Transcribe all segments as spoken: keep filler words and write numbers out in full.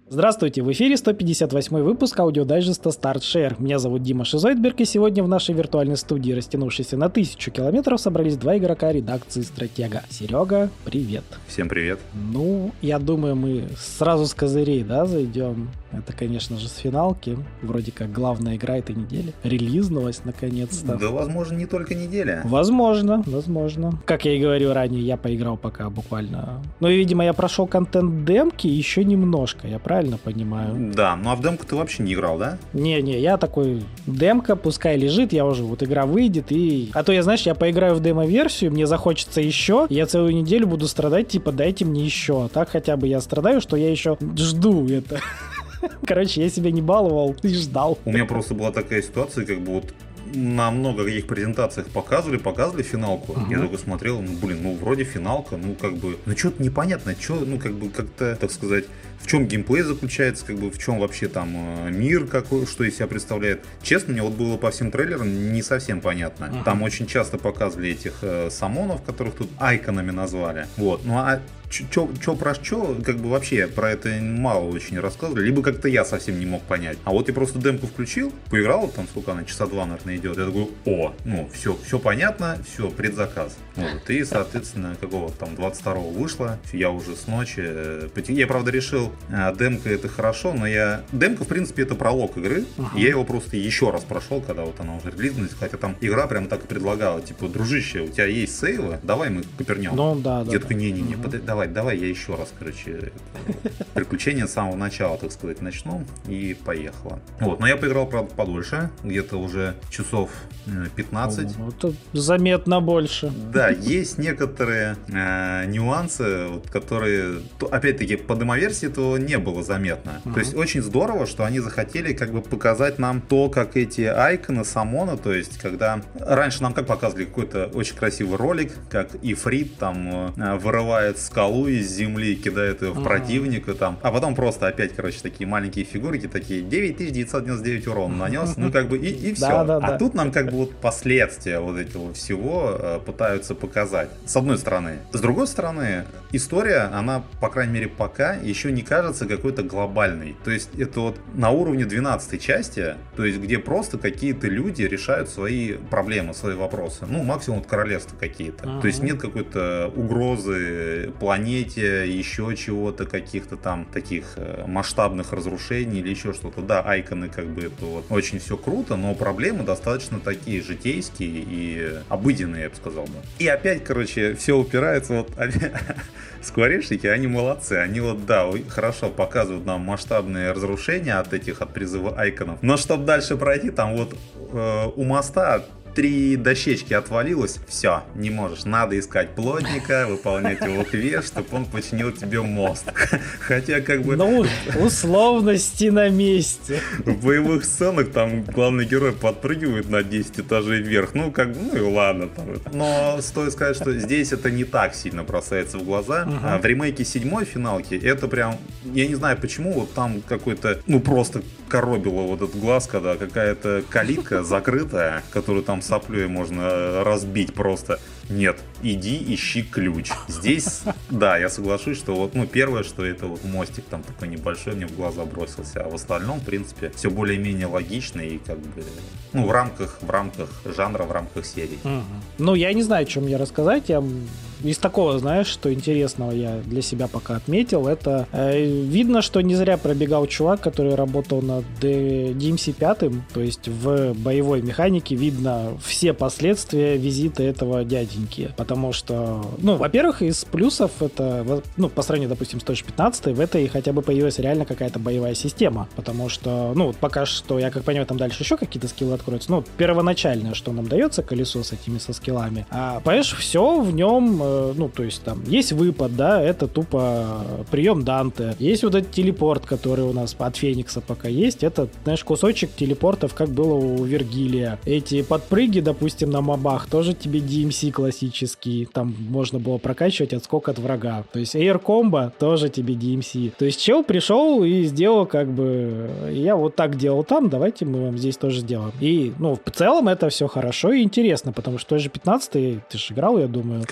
Здравствуйте, в эфире сто пятьдесят восьмой выпуск аудиодайджеста StartShare. Меня зовут Дима Шизойдберг, и сегодня в нашей виртуальной студии, растянувшейся на тысячу километров, собрались два игрока редакции Стратега. Серега, привет. Всем привет. Ну, я думаю, мы сразу с козырей, да, зайдем. Это, конечно же, с финалки. Вроде как главная игра этой недели. Релизнулась, наконец-то. Да, возможно, не только неделя. Возможно, возможно. Как я и говорил ранее, я поиграл пока буквально... Ну, и, видимо, я прошел контент демки еще немножко, я правильно понимаю? Да, ну а в демку ты вообще не играл, да? Не-не, я такой, демка пускай лежит, я уже, вот игра выйдет, и... А то я, знаешь, я поиграю в демо-версию, мне захочется еще, я целую неделю буду страдать, типа, дайте мне еще. Так хотя бы я страдаю, что я еще жду это. Короче, я себя не баловал и ждал. У меня просто была такая ситуация, как бы вот на много каких презентациях показывали, показывали финалку. Uh-huh. Я только смотрел, ну, блин, ну, вроде финалка, ну, как бы, ну, что-то непонятно, что, ну, как бы, как-то, так сказать, в чем геймплей заключается, как бы, в чем вообще там мир какой, что из себя представляет. Честно, мне вот было по всем трейлерам не совсем понятно. Uh-huh. Там очень часто показывали этих э, самонов, которых тут айконами назвали. Вот, ну, а Че про что, как бы вообще про это мало очень рассказывали, либо как-то я совсем не мог понять. А вот я просто демку включил, поиграл, там сколько она, часа два, наверное, идет. Я такой, о, ну, все, все понятно, все, предзаказ. Вот, и, соответственно, какого там двадцать второго вышло, я уже с ночи. Я, правда, решил, демка это хорошо, но я... Демка, в принципе, это пролог игры. Uh-huh. Я его просто еще раз прошел, когда вот она уже релизнулась, хотя там игра прям так и предлагала, типа, дружище, у тебя есть сейвы, давай мы копернем. Ну, да, да. Я такой, не-не-не, uh-huh. давай. Давай я еще раз, короче, приключения с самого начала, так сказать, начну, и поехала. Вот, но я поиграл, правда, подольше, где-то уже часов пятнадцать. О, это заметно больше. Да, есть некоторые э, нюансы, вот, которые, то, опять-таки, по демоверсии этого не было заметно. Uh-huh. То есть очень здорово, что они захотели как бы показать нам то, как эти айконы самона, то есть когда раньше нам как показывали какой-то очень красивый ролик, как Ифрит там э, вырывает скалу из земли, кидает ее в противника там, а потом просто опять, короче, такие маленькие фигурки, такие девять тысяч девятьсот девяносто девять урона нанес, ну как бы и, и все. Да, да, а да. Тут нам как бы вот последствия вот этого всего э, пытаются показать. С одной стороны. С другой стороны, история, она, по крайней мере, пока еще не кажется какой-то глобальной. То есть это вот на уровне двенадцатой части, то есть где просто какие-то люди решают свои проблемы, свои вопросы. Ну, максимум вот королевства какие-то. Uh-huh. То есть нет какой-то угрозы планете, еще чего-то, каких-то там таких масштабных разрушений или еще что-то. Да, айконы как бы это вот очень все круто, но проблемы достаточно такие житейские и обыденные, я бы сказал бы. И опять, короче, все упирается вот скворечники, они молодцы, они вот, да, хорошо показывают нам масштабные разрушения от этих, от призыва айконов, но чтобы дальше пройти, там вот э, у моста три дощечки отвалилось, все, не можешь. Надо искать плотника, выполнять его квест, чтобы он починил тебе мост. Хотя как бы... Ну, условности на месте. В боевых сценах там главный герой подпрыгивает на десять этажей вверх. Ну, как бы, ну и ладно. Там. Но стоит сказать, что здесь это не так сильно бросается в глаза. Uh-huh. А в ремейке седьмой финалки это прям... Я не знаю почему, вот там какой-то... Ну, просто коробило вот этот глаз, когда какая-то калитка закрытая, которую там соплей можно разбить просто. Нет, иди ищи ключ. Здесь, да, я соглашусь, что вот, ну, первое, что это вот мостик там такой небольшой мне в глаза бросился, а в остальном, в принципе, все более-менее логично и как бы, ну, в рамках, в рамках жанра, в рамках серии. Угу. Ну, я не знаю, что мне рассказать, я... Из такого, знаешь, что интересного я для себя пока отметил, это э, видно, что не зря пробегал чувак, который работал над ди эм си пять, то есть в боевой механике видно все последствия визита этого дяденьки, потому что, ну, во-первых, из плюсов это, ну, по сравнению, допустим, с той же пятнадцатой, в этой хотя бы появилась реально какая-то боевая система, потому что, ну, пока что, я как понимаю, там дальше еще какие-то скиллы откроются, ну, первоначальное, что нам дается, колесо с этими со скиллами, а, понимаешь, все в нем, ну, то есть там есть выпад, да, это тупо прием Данте. Есть вот этот телепорт, который у нас от Феникса пока есть. Это, знаешь, кусочек телепортов, как было у Вергилия. Эти подпрыги, допустим, на мобах, тоже тебе ди эм си классический. Там можно было прокачивать отскок от врага. То есть Air Combo тоже тебе ди эм си. То есть чел пришел и сделал как бы... Я вот так делал там, давайте мы вам здесь тоже сделаем. И, ну, в целом это все хорошо и интересно, потому что той же пятнадцатой ты же играл, я думаю. Конечно.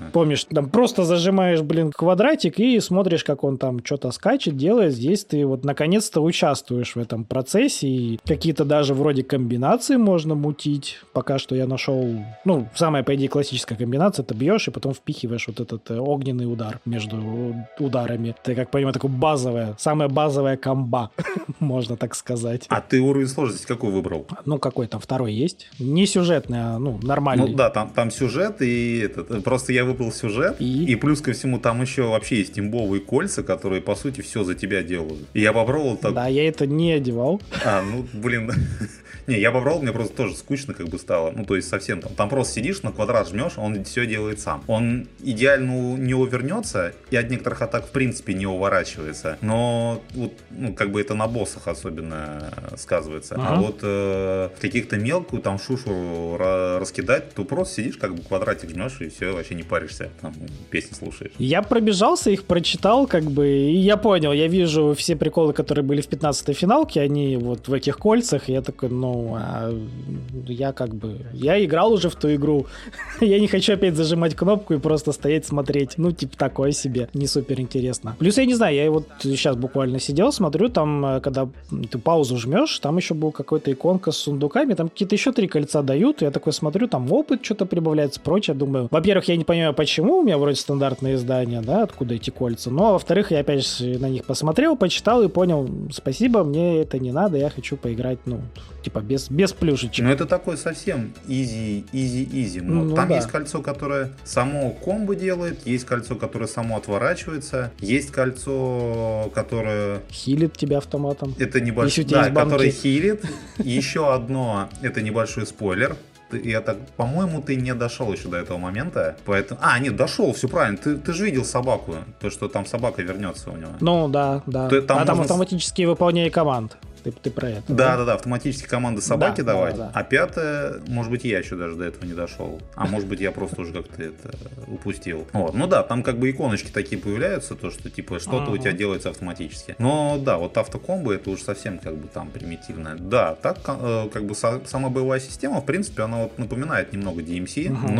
Помнишь, там просто зажимаешь, блин, квадратик и смотришь, как он там что-то скачет, делает. Здесь ты вот наконец-то участвуешь в этом процессе, и какие-то даже вроде комбинации можно мутить. Пока что я нашел, ну, самая, по идее, классическая комбинация, ты бьешь и потом впихиваешь вот этот э, огненный удар между ударами. Это, как понимаю, такое базовое, самая базовая комба, можно так сказать. А ты уровень сложности какой выбрал? Ну, какой там второй есть? Не сюжетный, а, ну, нормальный. Ну да, там, там сюжет, и этот, просто я выбрал сюжет, и? и плюс ко всему там еще вообще есть имбовые кольца, которые, по сути, все за тебя делают. И я попробовал так... Да, я это не одевал. А, ну, блин... Не, я попробовал, мне просто тоже скучно как бы стало. Ну, то есть совсем там. Там просто сидишь, на квадрат жмешь, он все делает сам. Он идеально не увернется и от некоторых атак в принципе не уворачивается. Но вот, ну, как бы это на боссах особенно сказывается. Ага. А вот э, каких-то мелкую там шушу раскидать, то просто сидишь, как бы квадратик жмешь и все, вообще не паришься. Там песни слушаешь. Я пробежался, их прочитал, как бы, и я понял. Я вижу все приколы, которые были в пятнадцатой финалке, они вот в этих кольцах, и я такой, ну, а я как бы... Я играл уже в ту игру. Я не хочу опять зажимать кнопку и просто стоять смотреть. Ну, типа, такое себе. Не супер интересно. Плюс, я не знаю, я вот сейчас буквально сидел, смотрю, там, когда ты паузу жмешь, там еще была какая-то иконка с сундуками, там какие-то еще три кольца дают. Я такой смотрю, там опыт что-то прибавляется, прочее. Думаю, во-первых, я не понимаю, почему. У меня вроде стандартное издание, да, откуда эти кольца. Но, во-вторых, я опять же на них посмотрел, почитал и понял, спасибо, мне это не надо, я хочу поиграть, ну, типа, без, без плюшечек. Ну, это такой совсем изи, изи, изи. Ну, там да. есть кольцо, которое само комбо делает, есть кольцо, которое само отворачивается, есть кольцо, которое... Хилит тебя автоматом. Это небольшой... Да, которое хилит. Еще одно, это небольшой спойлер. Я так, по-моему, ты не дошел еще до этого момента, поэтому... А, нет, дошел, все правильно. Ты, ты же видел собаку, то, что там собака вернется у него. Ну, да, да. То, там а можно... там автоматические выполнения команд. Ты, ты про это. Да, да, да, да, автоматически команды собаки да, давать. Да, да. А пятое, может быть, я еще даже до этого не дошел. А может быть, я просто уже как-то это упустил. Вот. Ну да, там как бы иконочки такие появляются, то, что типа что-то uh-huh. у тебя делается автоматически. Но да, вот автокомбо это уж совсем как бы там примитивное. Да, так как бы сама боевая система, в принципе, она вот напоминает немного ди эм си, uh-huh.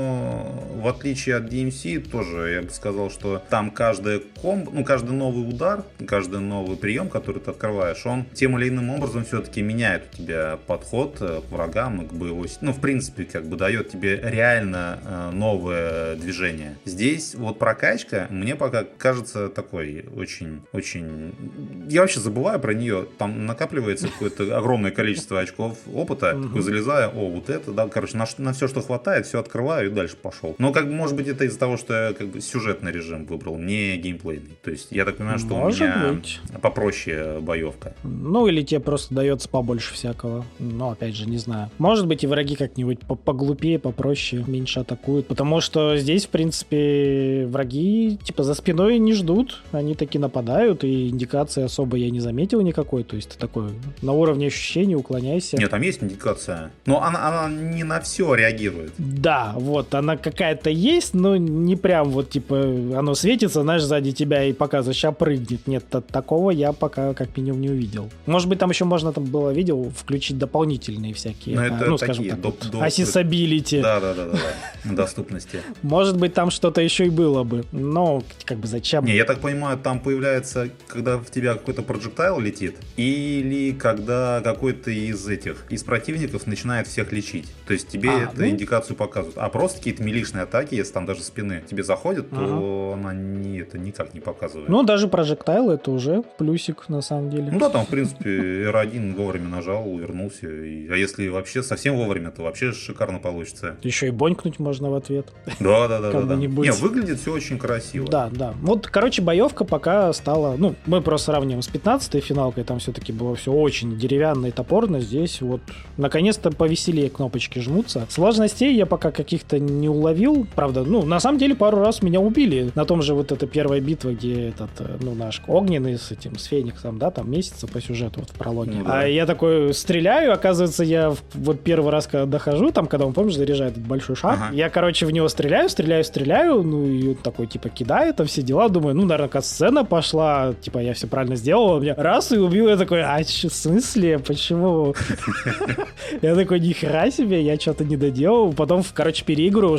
но в отличие от ди эм си тоже я бы сказал, что там каждая комбо, ну каждый новый удар, каждый новый прием, который ты открываешь, он тем или иным образом все-таки меняет у тебя подход к врагам и к боевой... Ну, в принципе, как бы дает тебе реально э, новое движение. Здесь вот прокачка мне пока кажется такой очень... очень... Я вообще забываю про нее. Там накапливается какое-то огромное количество очков опыта. Такой залезаю, о, вот это, да, короче, на, на все, что хватает, все открываю и дальше пошел. Но, как бы, может быть, это из-за того, что я как бы сюжетный режим выбрал, не геймплейный. То есть, я так понимаю, что может у меня быть. Попроще боевка. Ну, или тебе просто дается побольше всякого. Но, опять же, не знаю. Может быть, и враги как-нибудь поглупее, попроще, меньше атакуют. Потому что здесь, в принципе, враги, типа, за спиной не ждут. Они таки нападают, и индикации особо я не заметил никакой. То есть, ты такой на уровне ощущений уклоняйся. Нет, там есть индикация. Но она, она не на все реагирует. Да, вот, она какая-то есть, но не прям вот, типа, оно светится, знаешь, сзади тебя и показывает, сейчас прыгнет. Нет, такого я пока как минимум не увидел. Может быть, там еще можно, там было видео, включить дополнительные всякие, но это ну, такие, скажем так, доп- доп- accessibility. Да, да, да, да, да. Доступности. Может быть, там что-то еще и было бы. Но, как бы, зачем? Не, я так понимаю, там появляется, когда в тебя какой-то проджектайл летит, или когда какой-то из этих, из противников начинает всех лечить. То есть тебе а, эту ну? индикацию показывают. А просто какие-то милишные атаки, если там даже спины тебе заходят, ага. то она не, это никак не показывает. Ну, даже проджектайл это уже плюсик, на самом деле. Ну да, там, в принципе, эр один вовремя нажал, увернулся. И, а если вообще совсем вовремя, то вообще шикарно получится. Еще и бонькнуть можно в ответ. Да, да, да, да, да. Не, выглядит все очень красиво. Да, да. Вот, короче, боевка пока стала. Ну, мы просто сравниваем с пятнадцатой финалкой, там все-таки было все очень деревянно и топорно. Здесь вот наконец-то повеселее кнопочки жмутся. Сложностей я пока каких-то не уловил. Правда, ну, на самом деле, пару раз меня убили. На том же вот эта первая битва, где этот, ну, наш огненный с этим, с Фениксом, да, там месяца по сюжету вот в прологе. Ну, да. А я такой стреляю, оказывается, я вот первый раз, когда дохожу, там, когда он, помнишь, заряжает этот большой шар, ага. я, короче, в него стреляю, стреляю, стреляю, ну, и он такой, типа, кидает, там все дела, думаю, ну, наверное, кат-сцена пошла, типа, я все правильно сделал, меня раз и убил, я такой, а, в смысле, почему? Я такой, нихера себе, я что-то не доделал, потом, короче, переигрываю уже более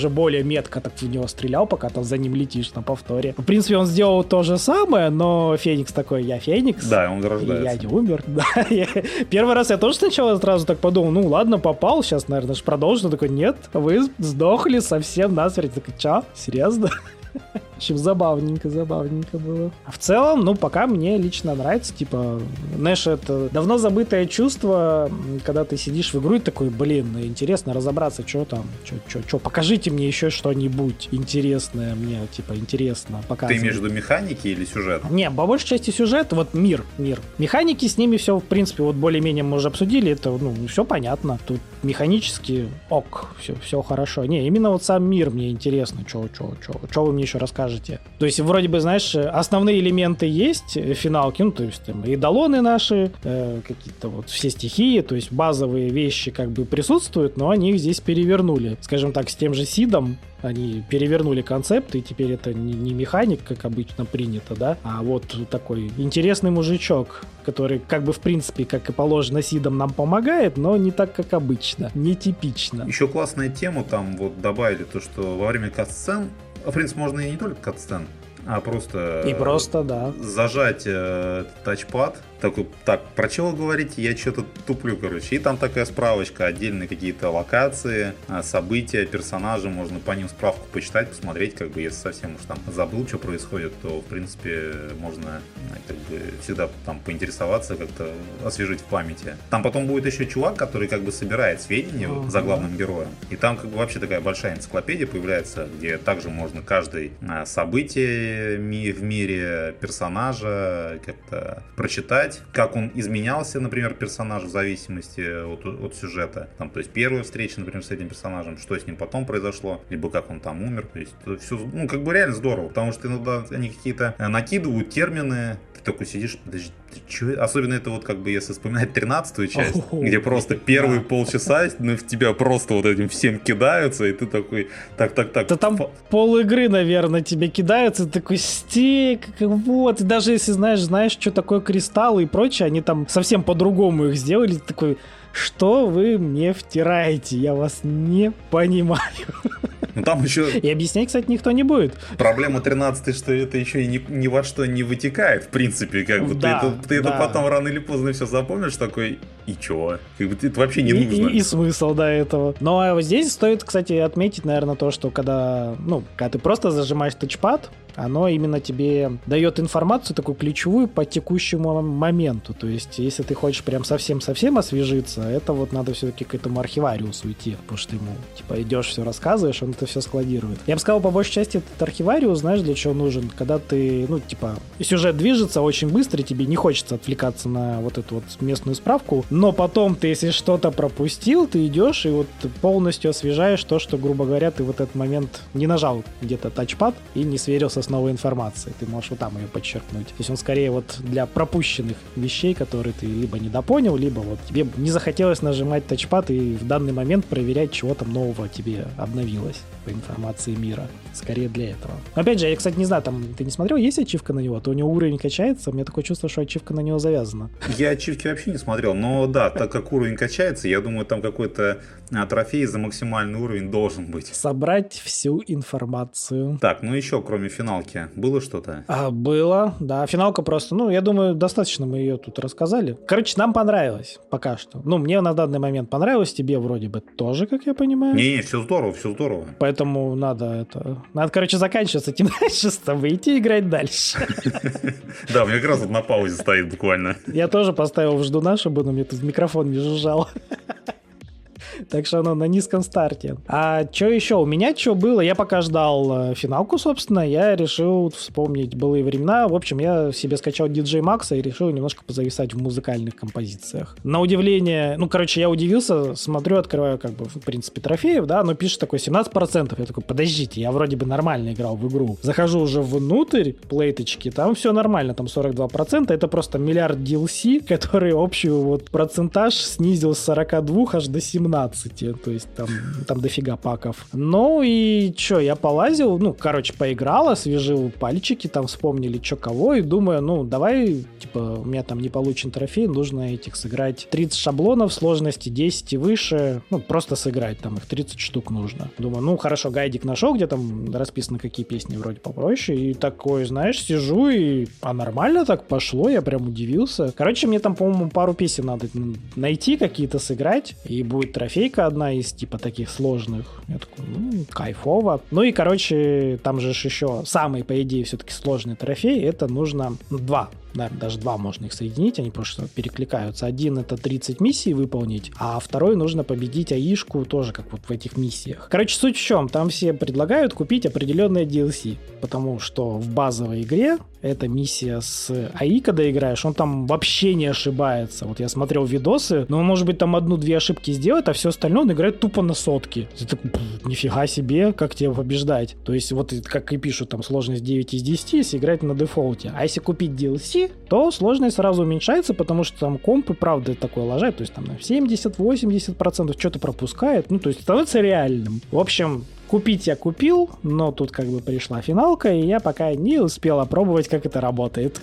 метко так в него стрелял, пока там за ним летишь на повторе. В принципе, он сделал то же самое, но Феникс такой, я Феникс. Да, он рождается. Я не умер. Да. Первый раз я тоже сначала сразу так подумал, ну ладно, попал, сейчас, наверное, же продолжу. Такой, нет, вы сдохли совсем насмерть. Такой, чё? Серьезно? В общем, забавненько, забавненько было. В целом, ну, пока мне лично нравится, типа, знаешь, это давно забытое чувство, когда ты сидишь в игру и такой, блин, интересно разобраться, что там, что, покажите мне еще что-нибудь интересное мне, типа, интересно показывать. Ты имеешь в виду механики или сюжет? Не, по большей части сюжет, вот мир, мир. Механики, с ними все, в принципе, вот более-менее мы уже обсудили, это, ну, все понятно. Тут механически ок, все, все хорошо. Не, именно вот сам мир мне интересно, что, что, что, что вы мне еще расскажете. То есть, вроде бы, знаешь, основные элементы есть, финалки, ну, то есть, там, идолоны наши, э, какие-то вот все стихии, то есть, базовые вещи как бы присутствуют, но они их здесь перевернули. Скажем так, с тем же Сидом они перевернули концепт, и теперь это не, не механик, как обычно принято, да, а вот такой интересный мужичок, который, как бы, в принципе, как и положено Сидом, нам помогает, но не так, как обычно, нетипично. Еще классная тема там вот добавили, то, что во время катсцен, в принципе, можно и не только катсцен, а просто... И просто, да. Зажать э, тачпад. Такой, так, про чего говорите? Я что-то туплю, короче. И там такая справочка, отдельные какие-то локации, события, персонажи. Можно по ним справку почитать, посмотреть, как бы, если совсем уж там забыл, что происходит, то, в принципе, можно как бы всегда там поинтересоваться, как-то освежить в памяти. Там потом будет еще чувак, который как бы собирает сведения uh-huh. за главным героем. И там как бы вообще такая большая энциклопедия появляется, где также можно каждое событие в мире персонажа как-то прочитать, как он изменялся, например, персонаж в зависимости от, от сюжета. Там, то есть первая встреча, например, с этим персонажем, что с ним потом произошло, либо как он там умер. То есть это все, ну, как бы реально здорово, потому что иногда они какие-то накидывают термины, ты такой сидишь, подожди, ты чё? Особенно это вот как бы, если вспоминать тринадцатую часть, oh, где просто первые полчаса ну, в тебя просто вот этим всем кидаются, и ты такой, так-так-так. Да там пол игры, наверное, тебе кидаются, ты такой, стик, вот, и даже если знаешь, знаешь, что такое кристаллы и прочее, они там совсем по-другому их сделали, ты такой, что вы мне втираете, я вас не понимаю. Ну, там еще... И объяснять, кстати, никто не будет. Проблема тринадцатой, что это еще и ни, ни во что не вытекает, в принципе, как бы да, ты, это, ты да. это потом рано или поздно все запомнишь, такой, и чё? Как бы это вообще не и, нужно. И, и смысл до этого. Но здесь стоит, кстати, отметить, наверное, то, что когда, ну, когда ты просто зажимаешь тачпад, оно именно тебе дает информацию такую ключевую по текущему моменту. То есть, если ты хочешь прям совсем-совсем освежиться, это вот надо все-таки к этому архивариусу идти, потому что ему, типа, идешь, все рассказываешь, он это все складирует. Я бы сказал, по большей части, этот архивариус, знаешь, для чего нужен? Когда ты, ну, типа, сюжет движется очень быстро, и тебе не хочется отвлекаться на вот эту вот местную справку, но потом ты, если что-то пропустил, ты идешь и вот полностью освежаешь то, что, грубо говоря, ты в этот момент не нажал где-то тачпад и не сверился с новой информацией. Ты можешь вот там ее подчеркнуть. То есть он скорее вот для пропущенных вещей, которые ты либо недопонял, либо вот тебе не захотелось нажимать тачпад и в данный момент проверять, чего там нового тебе обновилось по информации мира. Скорее для этого. Но опять же, я, кстати, не знаю, там ты не смотрел, есть ачивка на него? То у него уровень качается, у меня такое чувство, что ачивка на него завязана. Я ачивки вообще не смотрел, но да, так как уровень качается, я думаю, там какой-то а, трофей за максимальный уровень должен быть. Собрать всю информацию. Так, ну еще, кроме финалки, было что-то? А, было, да. Финалка просто, ну, я думаю, достаточно мы ее тут рассказали. Короче, нам понравилось пока что. Ну, мне на данный момент понравилось, тебе вроде бы тоже, как я понимаю. Не-не, все здорово, все здорово. Поэтому надо это... Надо, короче, заканчивать с этим дальше, чтобы идти играть дальше. Да, у меня как раз вот на паузе стоит буквально. Я тоже поставил в ждуна, чтобы у меня тут микрофон не жужжал. Так что оно на низком старте. А что еще? У меня что было? Я пока ждал финалку, собственно, я решил вспомнить былые времена. В общем, я себе скачал ди джей Max и решил немножко позависать в музыкальных композициях. На удивление, ну, короче, я удивился, смотрю, открываю, как бы, в принципе, трофеев, да, но пишет такой семнадцать процентов. Я такой, подождите, я вроде бы нормально играл в игру. Захожу уже внутрь плейточки, там все нормально, там сорок два процента. Это просто миллиард ди эл си, который общую вот процентаж снизил с сорок два аж до семнадцати. семнадцати, то есть там, там дофига паков. Ну и что, я полазил, ну, короче, поиграл, освежил пальчики, там вспомнили, что кого, и думаю, ну, давай, типа, у меня там не получен трофей, нужно этих сыграть тридцать шаблонов, сложности десять и выше, ну, просто сыграть, там их тридцать штук нужно. Думаю, ну, хорошо, гайдик нашел, где там расписано, какие песни вроде попроще, и такой, знаешь, сижу, и а нормально так пошло, я прям удивился. Короче, мне там, по-моему, пару песен надо найти, какие-то сыграть, и будет трофейка одна из, типа, таких сложных. Я такой, ну, кайфово. Ну и, короче, там же еще самый, по идее, все-таки сложный трофей, это нужно ну, два. Да, даже два можно их соединить, они просто перекликаются. Один — это тридцать миссий выполнить, а второй нужно победить АИшку тоже, как вот в этих миссиях. Короче, суть в чем? Там все предлагают купить определенное ди эл си, потому что в базовой игре эта миссия с АИ, когда играешь, он там вообще не ошибается. Вот я смотрел видосы, но он, может быть, там одну-две ошибки сделает, а все остальное он играет тупо на сотке. Ты такой, нифига себе, как тебе побеждать? То есть вот как и пишут, там сложность девять из десяти, если играть на дефолте. А если купить ди эл си, то сложность сразу уменьшается, потому что там комп и правда такое лажает, то есть там на семьдесят-восемьдесят процентов что-то пропускает, ну то есть становится реальным. В общем, купить я купил, но тут как бы пришла финалка, и я пока не успел опробовать, как это работает.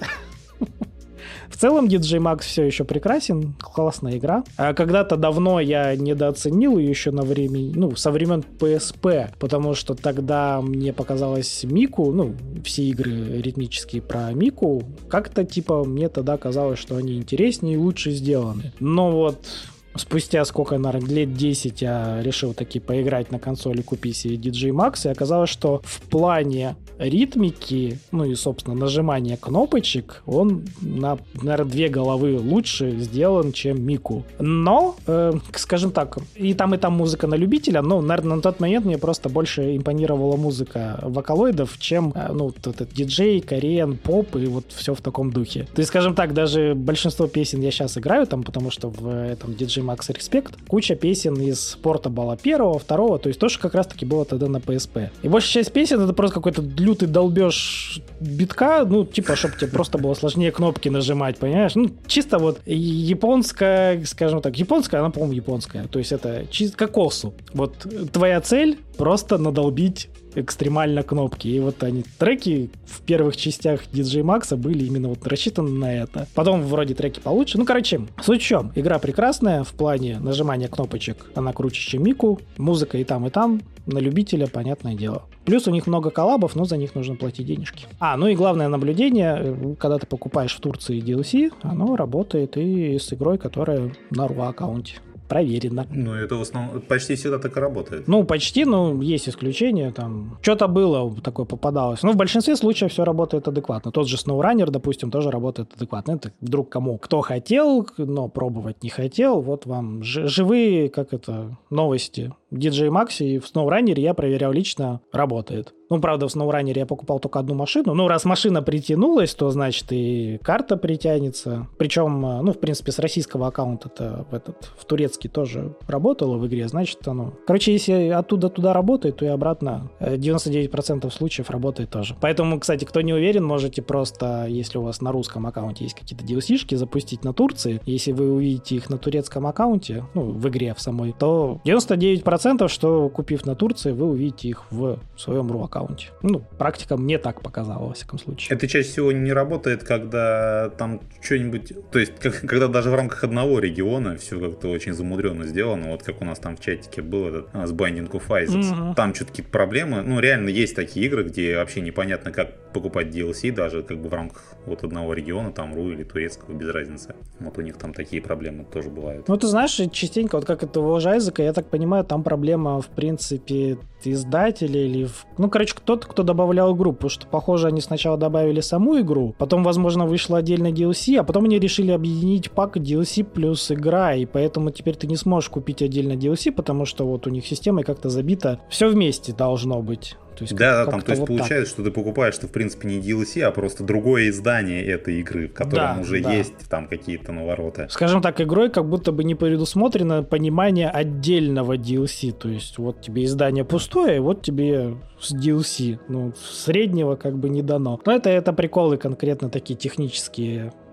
В целом ди джей Max все еще прекрасен, классная игра. А когда-то давно я недооценил ее еще на время, ну, со времен пи эс пи, потому что тогда мне показалось Мику, ну, все игры ритмические про Мику, как-то типа мне тогда казалось, что они интереснее и лучше сделаны. Но вот спустя сколько, наверное, лет десять я решил таки поиграть на консоли, купить себе ди джей Max, и оказалось, что в плане ритмики, ну и, собственно, нажимания кнопочек, он на, наверное, две головы лучше сделан, чем Мику. Но, э, скажем так, и там, и там музыка на любителя, но, наверное, на тот момент мне просто больше импонировала музыка вокалоидов, чем, э, ну, вот этот диджей, кореен, поп и вот все в таком духе. То есть, скажем так, даже большинство песен я сейчас играю там, потому что в этом ди джей Max Respect куча песен из порта была первого, второго, то есть то, что как раз-таки было тогда на пи эс пи. И большая часть песен это просто какой-то лютый долбеж битка, ну, типа, чтобы тебе просто было сложнее кнопки нажимать, понимаешь? Ну, чисто вот японская, скажем так, японская, она, по-моему, японская, то есть это чисто как осу. Вот твоя цель просто надолбить экстремально кнопки. И вот они, треки в первых частях ди джей Max были именно вот рассчитаны на это. Потом вроде треки получше. Ну, короче, суть в чем? Игра прекрасная в плане нажимания кнопочек. Она круче, чем Мику. Музыка и там, и там. На любителя, понятное дело. Плюс у них много коллабов, но за них нужно платить денежки. А, ну и главное наблюдение, когда ты покупаешь в Турции ди эл си, оно работает и с игрой, которая на эр у аккаунте. Проверено. Ну, это в основном почти всегда так и работает. Ну, почти, но есть исключения. Там что-то было, такое попадалось. Но в большинстве случаев все работает адекватно. Тот же SnowRunner, допустим, тоже работает адекватно. Это вдруг кому кто хотел, но пробовать не хотел. Вот вам ж- живые, как это, новости. В ди джей Max и в SnowRunner я проверял лично, работает. Ну, правда, в SnowRunner я покупал только одну машину. Ну, раз машина притянулась, то, значит, и карта притянется. Причем, ну, в принципе, с российского аккаунта-то в этот, в турецкий тоже работало в игре, значит, оно... Короче, если оттуда туда работает, то и обратно девяносто девять процентов случаев работает тоже. Поэтому, кстати, кто не уверен, можете просто, если у вас на русском аккаунте есть какие-то ди эл си-шки, запустить на Турции. Если вы увидите их на турецком аккаунте, ну, в игре в самой, то девяносто девять процентов, что, купив на Турции, вы увидите их в своем эр у аккаунте. Ну, практика мне так показала, во всяком случае. Это чаще всего не работает, когда там что-нибудь... То есть, как, когда даже в рамках одного региона все как-то очень замудренно сделано. Вот как у нас там в чатике был этот с Binding of Isaac. Mm-hmm. Там что-то какие-то проблемы. Ну, реально есть такие игры, где вообще непонятно, как покупать ди эл си, даже как бы в рамках вот одного региона, там эр у или турецкого, без разницы. Вот у них там такие проблемы тоже бывают. Ну, ты знаешь, частенько, вот как это у Isaac, я так понимаю, там проблема, в принципе, издателя или... В... Ну, короче, кто-то, кто добавлял игру, потому что, похоже, они сначала добавили саму игру, потом, возможно, вышло отдельно ди эл си, а потом они решили объединить пак ди эл си плюс игра, и поэтому теперь ты не сможешь купить отдельно ди эл си, потому что вот у них системой как-то забито. Все вместе должно быть. То есть, да, как- там, то есть вот получается, что ты покупаешь, что в принципе не ди эл си, а просто другое издание этой игры, в котором Да, уже да. есть там какие-то навороты. Скажем так, игрой как будто бы не предусмотрено понимание отдельного ди эл си. То есть вот тебе издание пустое, и вот тебе с ди эл си. Ну, среднего как бы не дано. Но это, это приколы конкретно такие технические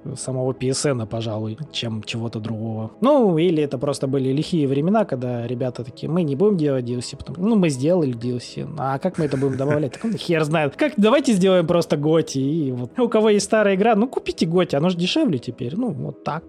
самого пи эс эн, пожалуй, чем чего-то другого. Ну, или это просто были лихие времена, когда ребята такие, мы не будем делать ди эл си, потом, ну, мы сделали ди эл си, а как мы это будем добавлять? Так, ну, хер знает. Как, давайте сделаем просто готи, и вот. У кого есть старая игра, ну, купите готи, оно же дешевле теперь, ну, вот так.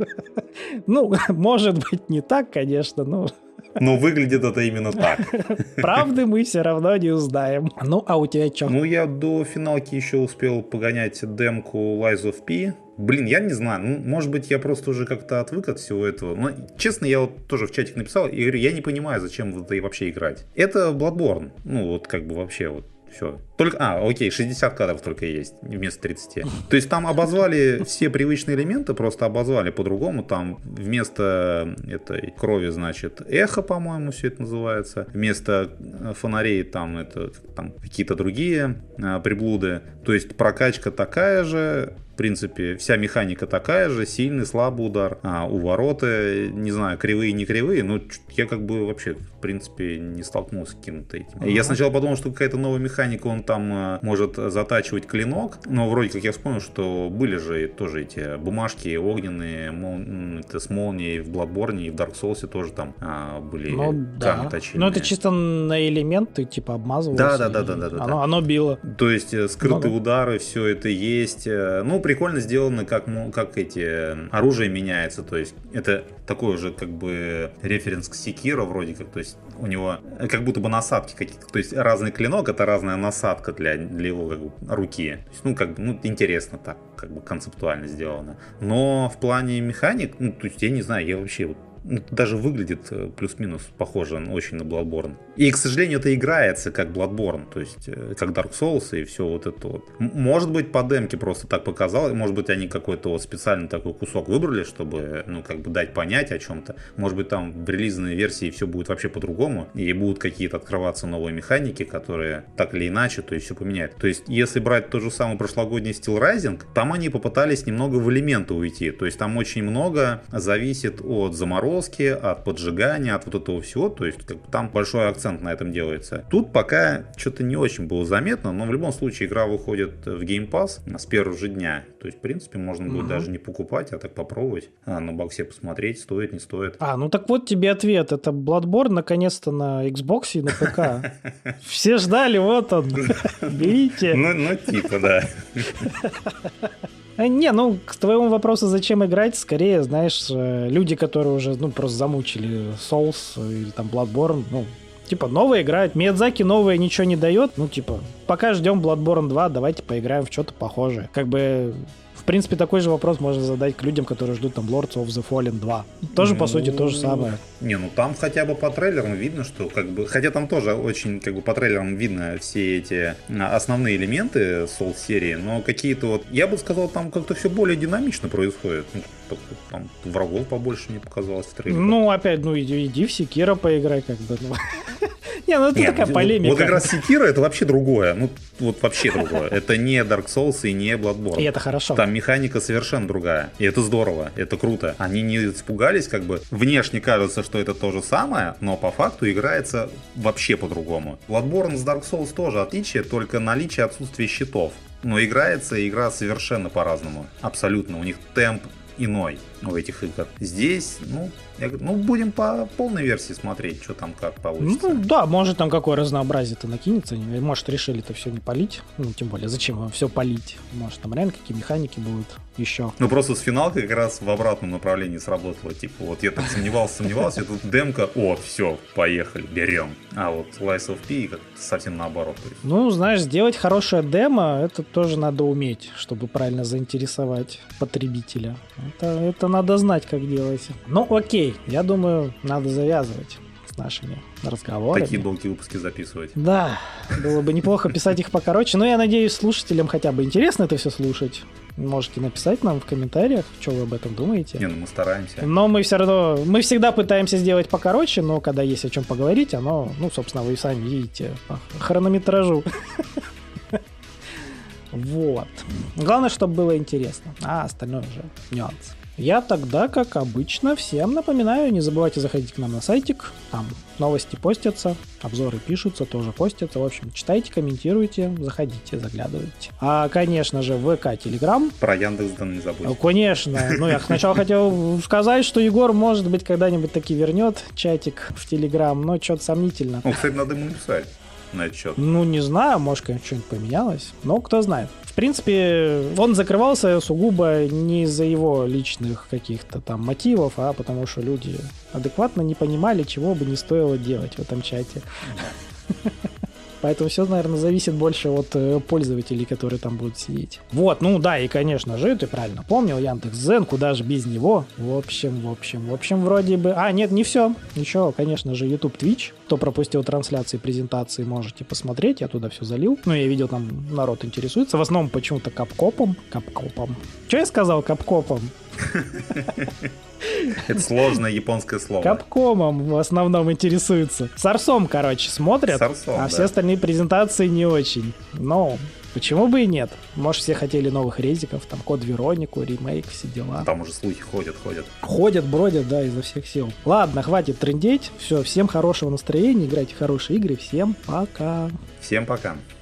Ну, может быть, не так, конечно, но... Но выглядит это именно так. Правды мы все равно не узнаем. Ну, а у тебя что? Ну, я до финалки еще успел погонять демку Lies of P. Блин, я не знаю, ну, может быть, я просто уже как-то отвык от всего этого. Но, честно, я вот тоже в чатик написал и говорю, я не понимаю, зачем в это вообще играть. Это Bloodborne. Ну, вот как бы вообще вот. Все. Только, а, окей, шестьдесят кадров только есть вместо тридцати. То есть там обозвали все привычные элементы, просто обозвали по-другому. Там вместо этой крови, значит, эхо, по-моему, все это называется. Вместо фонарей там, это, там какие-то другие а, приблуды. То есть прокачка такая же. В принципе, вся механика такая же, сильный, слабый удар, а, увороты, не знаю, кривые, не кривые, но я как бы вообще, в принципе, не столкнулся с каким-то этим. Uh-huh. Я сначала подумал, что какая-то новая механика, он там а, может затачивать клинок, но вроде как я вспомнил, что были же тоже эти бумажки огненные, мол, это с молнией в Bloodborne и в Dark Souls тоже там а, были ну, камни да. точильные. Ну это чисто на элементы, типа обмазывался. Да, да, да, да, да, да. Оно, оно било. То есть скрытые ну, удары, все это есть. Ну, прикольно сделано, как, как эти оружие меняется. То есть это такой уже как бы референс к Секиро вроде как. То есть у него как будто бы насадки какие-то. То есть разный клинок — это разная насадка для, для его как бы, руки. То есть, ну, как бы, ну, интересно так, как бы концептуально сделано. Но в плане механик, ну, то есть я не знаю, я вообще вот даже выглядит плюс-минус похоже очень на Bloodborne. И, к сожалению, это играется как Bloodborne, то есть как Dark Souls и все вот это вот. Может быть, по демке просто так показалось, может быть, они какой-то вот специальный такой кусок выбрали, чтобы, ну, как бы дать понять о чем-то. Может быть, там в релизной версии все будет вообще по-другому, и будут какие-то открываться новые механики, которые так или иначе, то есть все поменяют. То есть, если брать тот же самый прошлогодний Steel Rising, там они попытались немного в элементы уйти, то есть там очень много зависит от заморозки, от поджигания, от вот этого всего, то есть как бы, там большой акцент на этом делается. Тут пока что-то не очень было заметно, но в любом случае игра выходит в Game Pass с первого же дня, то есть в принципе можно будет uh-huh. даже не покупать, а так попробовать, а на боксе посмотреть, стоит, не стоит. А, ну так вот тебе ответ, это Bloodborne наконец-то на Xbox и на ПК. Все ждали, вот он, берите. Ну типа, да. Не, ну, к твоему вопросу, зачем играть, скорее, знаешь, люди, которые уже, ну, просто замучили Souls или там Bloodborne, ну, типа, новая игра, Миядзаки новая ничего не дает, ну, типа, пока ждем Bloodborne два, давайте поиграем в что-то похожее. Как бы, в принципе, такой же вопрос можно задать к людям, которые ждут там Lords of the Fallen два. Тоже, ну, по сути, то же самое. Не, ну там хотя бы по трейлерам видно, что как бы... Хотя там тоже очень как бы по трейлерам видно все эти основные элементы Souls-серии, но какие-то вот... Я бы сказал, там как-то все более динамично происходит. Ну, там врагов побольше мне показалось в трейлере. Ну, опять, ну иди, иди в Sekiro поиграй как бы. Не, ну это Нет, такая полемика. Вот как раз Sekiro это вообще другое. Ну, вот вообще другое. Это не Dark Souls и не Bloodborne. И это хорошо. Там механика совершенно другая. И это здорово, это круто. Они не испугались, как бы внешне кажется, что это то же самое, но по факту играется вообще по-другому. Bloodborne с Dark Souls тоже отличие, только наличие отсутствия щитов. Но играется игра совершенно по-разному. Абсолютно. У них темп иной у этих игр. Здесь, ну, я говорю, ну, будем по полной версии смотреть, что там как получится. Ну, да, может там какое разнообразие-то накинется. Может, решили-то все не палить. Ну, тем более, зачем вам все палить? Может, там реально какие механики будут еще. Ну, просто с финалкой как раз в обратном направлении сработало. Типа, вот я так сомневался, сомневался, и тут демка, о, все, поехали, берем. А вот Lies of P как совсем наоборот. Ну, знаешь, сделать хорошее демо, это тоже надо уметь, чтобы правильно заинтересовать потребителя. Это, это надо знать, как делать. Ну, окей, я думаю, надо завязывать с нашими разговорами. Такие долгие выпуски записывать. Да, было бы неплохо писать их покороче, но я надеюсь, слушателям хотя бы интересно это все слушать. Можете написать нам в комментариях, что вы об этом думаете. Не, ну мы стараемся. Но мы все равно, мы всегда пытаемся сделать покороче, но когда есть о чем поговорить, оно, ну, собственно, вы сами видите по хронометражу. Вот. Главное, чтобы было интересно, а остальное уже нюанс. Я тогда, как обычно, всем напоминаю, не забывайте заходить к нам на сайтик, там новости постятся, обзоры пишутся, тоже постятся. В общем, читайте, комментируйте, заходите, заглядывайте. А, конечно же, ВК, Телеграм. Про Яндекс.Дзен не забудьте. Конечно. Ну, я сначала хотел сказать, что Егор, может быть, когда-нибудь таки вернет чатик в Телеграм, но что-то сомнительно. Ну, кстати, надо ему написать на этот счет. Ну, не знаю, может, конечно, что-нибудь поменялось, но кто знает. В принципе, он закрывался сугубо не из-за его личных каких-то там мотивов, а потому что люди адекватно не понимали, чего бы не стоило делать в этом чате. Поэтому все, наверное, зависит больше от пользователей, которые там будут сидеть. Вот, ну да, и, конечно же, ты правильно помнил, Яндекс.Дзен, куда же без него. В общем, в общем, в общем, вроде бы... А, нет, не все. Еще, конечно же, YouTube, Twitch. Кто пропустил трансляции, презентации, можете посмотреть. Я туда все залил. Ну, я видел, там народ интересуется. В основном почему-то капкопом. Капкопом. Что я сказал капкопом? Это сложное японское слово. Капкомом в основном интересуются. Сарсом, короче, смотрят, Сарсом, а да. все остальные презентации не очень. Но почему бы и нет? Может, все хотели новых резиков, там, Код Веронику, ремейк, все дела. Там уже слухи ходят, ходят. Ходят, бродят, да, изо всех сил. Ладно, хватит трындеть. Все, всем хорошего настроения, играйте в хорошие игры. Всем пока. Всем пока.